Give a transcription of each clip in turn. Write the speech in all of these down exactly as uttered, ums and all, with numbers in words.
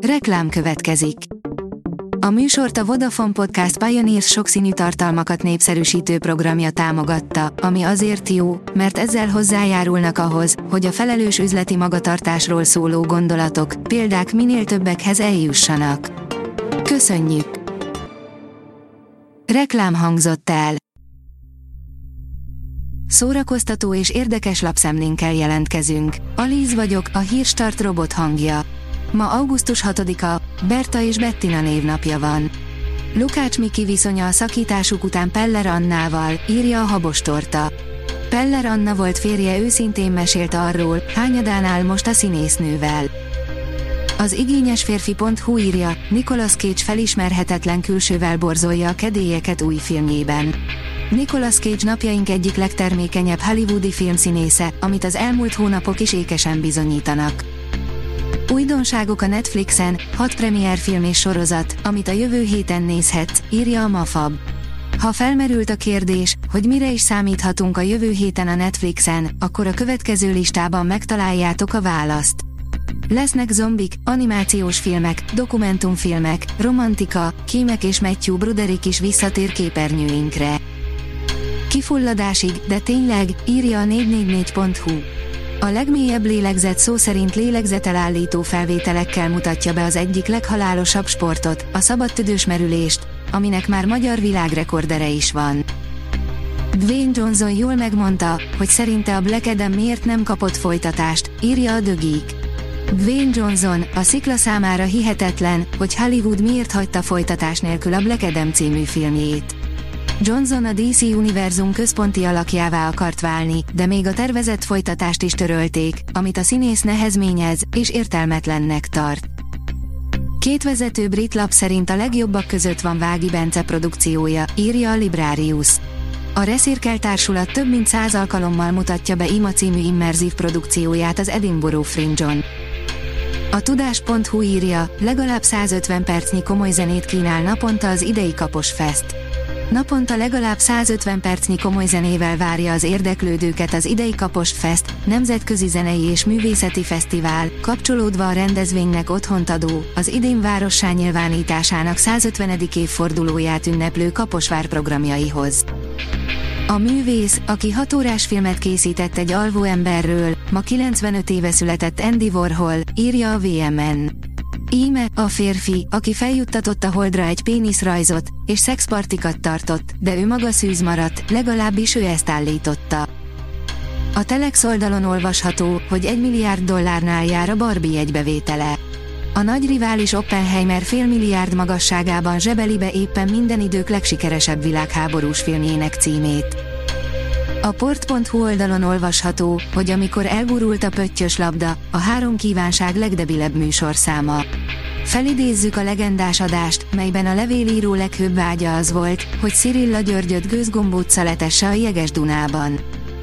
Reklám következik. A műsort a Vodafone Podcast Pioneers sokszínű tartalmakat népszerűsítő programja támogatta, ami azért jó, mert ezzel hozzájárulnak ahhoz, hogy a felelős üzleti magatartásról szóló gondolatok, példák minél többekhez eljussanak. Köszönjük! Reklám hangzott el. Szórakoztató és érdekes lapszemlénkkel jelentkezünk. Alíz vagyok, a Hírstart robot hangja. Ma augusztus hatodika, Berta és Bettina névnapja van. Lukács Miki viszonya a szakításuk után Peller Annával, írja a Habostorta. Peller Anna volt férje őszintén mesélt arról, hányadán áll most a színésznővel. Az igényesférfi pont hu írja, Nicolas Cage felismerhetetlen külsővel borzolja a kedélyeket új filmjében. Nicolas Cage napjaink egyik legtermékenyebb hollywoodi filmszínésze, amit az elmúlt hónapok is ékesen bizonyítanak. Újdonságok a Netflixen, hat premierfilm és sorozat, amit a jövő héten nézhetsz, írja a Mafab. Ha felmerült a kérdés, hogy mire is számíthatunk a jövő héten a Netflixen, akkor a következő listában megtaláljátok a választ. Lesznek zombik, animációs filmek, dokumentumfilmek, romantika, Kímek és Matthew Broderick is visszatér képernyőinkre. Kifulladásig, de tényleg, írja a négy négy négy pont hu. A legmélyebb lélegzet szó szerint lélegzetelállító felvételekkel mutatja be az egyik leghalálosabb sportot, a szabadtüdős merülést, aminek már magyar világrekordere is van. Dwayne Johnson jól megmondta, hogy szerinte a Black Adam miért nem kapott folytatást, írja a The Geek. Dwayne Johnson, a szikla számára hihetetlen, hogy Hollywood miért hagyta folytatás nélkül a Black Adam című filmjét. Johnson a dé cé univerzum központi alakjává akart válni, de még a tervezett folytatást is törölték, amit a színész nehezményez, és értelmetlennek tart. Két vezető brit lap szerint a legjobbak között van Vági Bence produkciója, írja a Librarius. A Reszirkel társulat több mint száz alkalommal mutatja be Ima című immerzív produkcióját az Edinburgh Fringe-on. A tudás pont hu írja, legalább százötven percnyi komoly zenét kínál naponta az idei Kapos Fest. Naponta legalább százötven percnyi komoly zenével várja az érdeklődőket az idei Kapost Fest, nemzetközi zenei és művészeti fesztivál, kapcsolódva a rendezvénynek otthont adó, az idén várossá nyilvánításának százötvenedik évfordulóját ünneplő Kaposvár programjaihoz. A művész, aki hat órás filmet készített egy alvó emberről, ma kilencvenöt éve született Andy Warhol, írja a vé em en. Íme, a férfi, aki feljuttatott a Holdra egy péniszrajzot, és szexpartikat tartott, de ő maga szűz maradt, legalábbis ő ezt állította. A Telex oldalon olvasható, hogy egy milliárd dollárnál jár a Barbie egybevétele. A nagy rivális Oppenheimer félmilliárd magasságában zsebeli be éppen minden idők legsikeresebb világháborús filmjének címét. A port pont hu oldalon olvasható, hogy amikor elgurult a pöttyös labda, a három kívánság legdebilebb műsorszáma. Felidézzük a legendás adást, melyben a levélíró leghőbb vágya az volt, hogy Cyrilla Györgyöt gőzgombóccal letesse a jeges Dunában.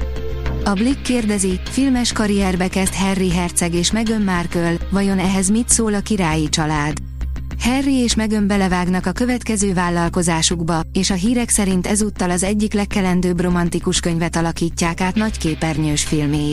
A Blick kérdezi, filmes karrierbe kezd Harry herceg és Meghan Markle, vajon ehhez mit szól a királyi család? Harry és Meghan belevágnak a következő vállalkozásukba, és a hírek szerint ezúttal az egyik legkelendőbb romantikus könyvet alakítják át nagyképernyős filmé.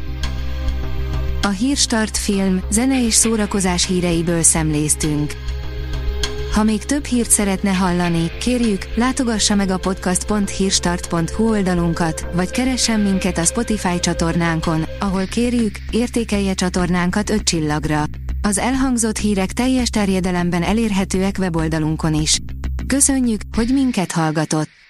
A Hírstart film, zene és szórakozás híreiből szemléztünk. Ha még több hírt szeretne hallani, kérjük, látogassa meg a podcast pont hírstart pont hu oldalunkat, vagy keressen minket a Spotify csatornánkon, ahol kérjük, értékelje csatornánkat öt csillagra. Az elhangzott hírek teljes terjedelemben elérhetőek weboldalunkon is. Köszönjük, hogy minket hallgatott!